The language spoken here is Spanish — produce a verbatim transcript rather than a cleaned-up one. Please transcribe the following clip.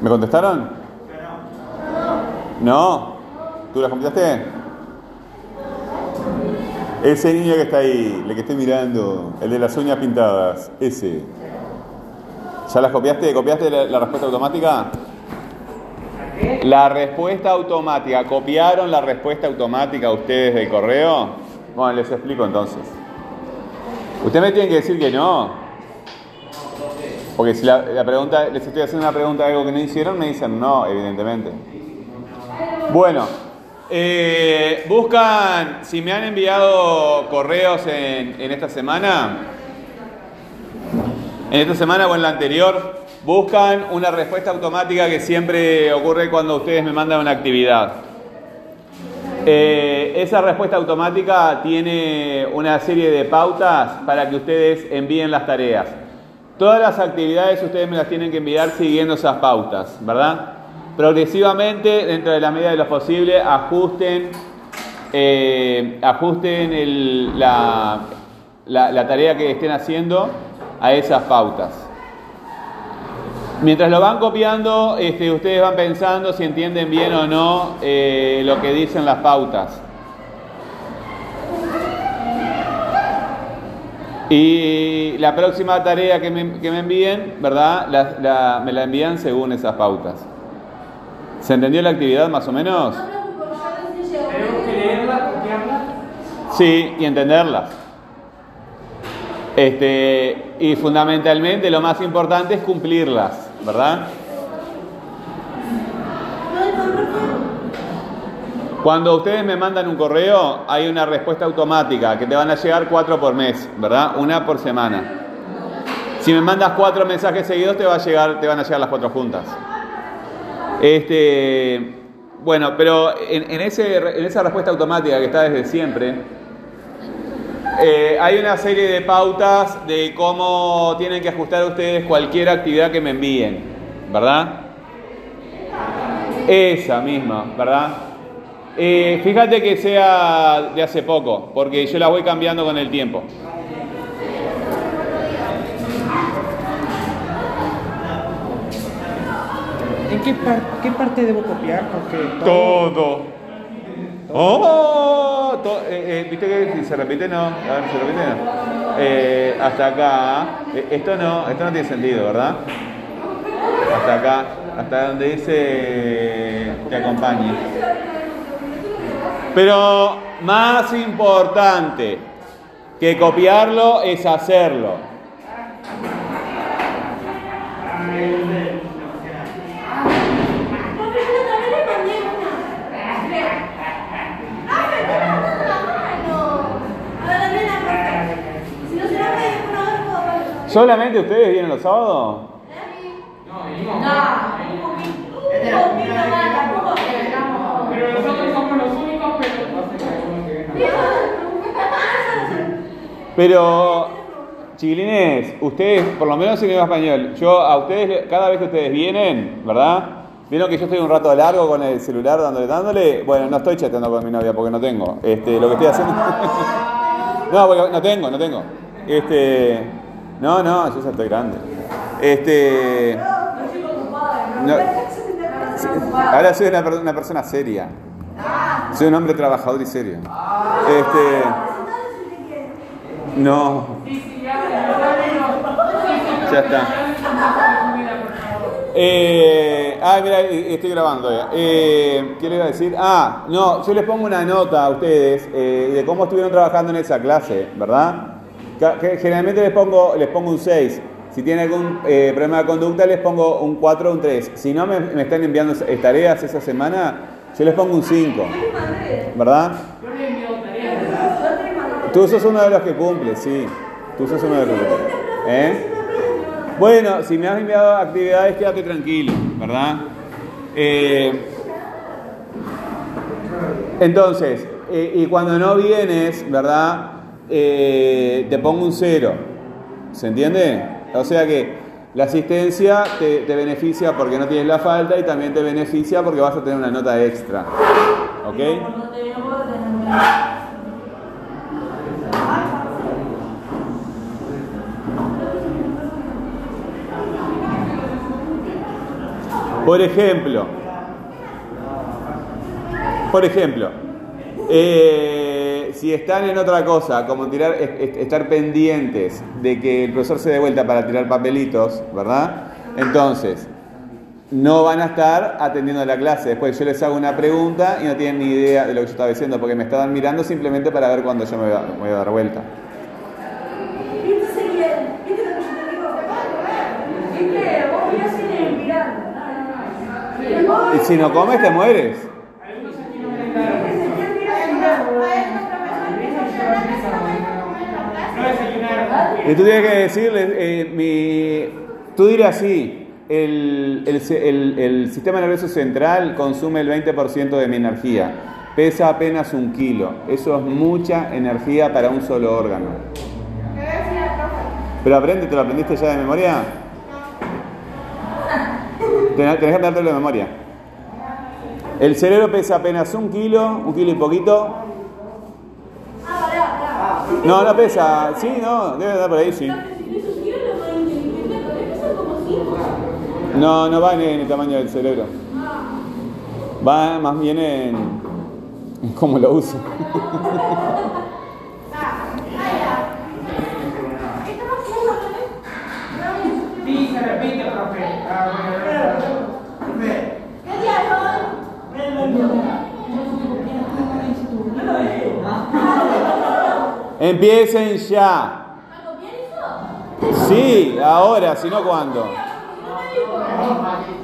¿Me contestaron? ¿No? ¿Tú las contestaste? Ese niño que está ahí, el que estoy mirando, el de las uñas pintadas, ese. ¿Ya las copiaste? ¿Copiaste la, la respuesta automática? La respuesta automática. ¿Copiaron la respuesta automática ustedes del correo? Bueno, les explico entonces. Ustedes me tienen que decir que no. Porque si la, la pregunta, les estoy haciendo una pregunta de algo que no hicieron, me dicen no, evidentemente. Bueno, eh, buscan, si me han enviado correos en, en esta semana, en esta semana o en la anterior, buscan una respuesta automática que siempre ocurre cuando ustedes me mandan una actividad. Eh, esa respuesta automática tiene una serie de pautas para que ustedes envíen las tareas. Todas las actividades ustedes me las tienen que enviar siguiendo esas pautas, ¿verdad? Progresivamente, dentro de la medida de lo posible, ajusten, eh, ajusten el, la, la, la tarea que estén haciendo a esas pautas. Mientras lo van copiando, este, ustedes van pensando si entienden bien o no eh, lo que dicen las pautas. Y la próxima tarea que me, que me envíen, ¿verdad? La, la, me la envían según esas pautas. ¿Se entendió la actividad más o menos? ¿Tenemos que leerlas, copiarlas? Sí, y entenderlas. Este, y fundamentalmente lo más importante es cumplirlas, ¿verdad? Cuando ustedes me mandan un correo, hay una respuesta automática que te van a llegar cuatro por mes, ¿verdad? Una por semana. Si me mandas cuatro mensajes seguidos, te va a llegar, te van a llegar las cuatro juntas. Este, bueno, pero en, en, ese, en esa respuesta automática que está desde siempre, eh, hay una serie de pautas de cómo tienen que ajustar ustedes cualquier actividad que me envíen, ¿verdad? Esa misma, ¿verdad? Eh, fíjate que sea de hace poco, porque yo la voy cambiando con el tiempo. ¿En qué, par qué parte debo copiar? Porque todo. todo. ¡Oh! To eh, eh, ¿Viste que se repite? No. A ver, ¿se repite? No. Eh, hasta acá. Eh, esto no, esto no tiene sentido, ¿verdad? Hasta acá. Hasta donde dice te acompañe. Pero más importante que copiarlo es hacerlo. ¿Solamente ustedes vienen los sábados? No, venimos. No, pero nosotros somos los únicos, pero Pero, chiquilines, ustedes, por lo menos en el español, yo a ustedes, cada vez que ustedes vienen, ¿verdad? Vieron que yo estoy un rato largo con el celular dándole, dándole. Bueno, no estoy chateando con mi novia porque no tengo. Este, lo que estoy haciendo. No, porque no tengo, no tengo. Este, no, no, yo ya estoy grande. Este, no, ahora soy una, una persona seria. Soy un hombre trabajador y serio. Este, no. Ya está. Eh, ah, mira, estoy grabando ya. Eh, ¿Qué le iba a decir? Ah, no, yo les pongo una nota a ustedes eh, de cómo estuvieron trabajando en esa clase, ¿verdad? Que generalmente les pongo, les pongo un seis. Si tienen algún eh, problema de conducta, les pongo un cuatro o un tres. Si no me, me están enviando tareas esa semana, yo les pongo un cinco. ¿Verdad? Tú sos uno de los que cumple, sí. Tú sos uno de los que cumple. ¿Eh? Bueno, si me has enviado actividades, quédate tranquilo, ¿verdad? Eh, entonces, eh, y cuando no vienes, ¿verdad? Eh, te pongo un cero. ¿Se entiende? O sea que la asistencia te, te beneficia porque no tienes la falta y también te beneficia porque vas a tener una nota extra. ¿Ok? Por ejemplo, por ejemplo, eh, si están en otra cosa, como tirar, est- estar pendientes de que el profesor se dé vuelta para tirar papelitos, ¿verdad? Entonces, no van a estar atendiendo la clase. Después yo les hago una pregunta y no tienen ni idea de lo que yo estaba diciendo porque me estaban mirando simplemente para ver cuándo yo me voy a, me voy a dar vuelta. ¿Viste sería? ¿Viste lo que yo te digo? ¿Viste? Vos mirás en el mirando. Y si no comes te mueres. Algunos aquí no me dan. No desayunaron. Y tú tienes que decirles, eh, mi, tú dirás así. El, el, el, el sistema nervioso central consume el veinte por ciento de mi energía. Pesa apenas un kilo. Eso es mucha energía para un solo órgano. Pero aprende, ¿te lo aprendiste ya de memoria? Tenés que aprendértelo de memoria. El cerebro pesa apenas un kilo, un kilo y poquito. No, no pesa. Sí, no, debe estar por ahí, sí. No, no va en el tamaño del cerebro. Va más bien en, en cómo lo uso. Sí, se repite, profe. Ah, bueno. Empiecen ya. Sí, ahora, si no, ¿cuándo? No me dijo.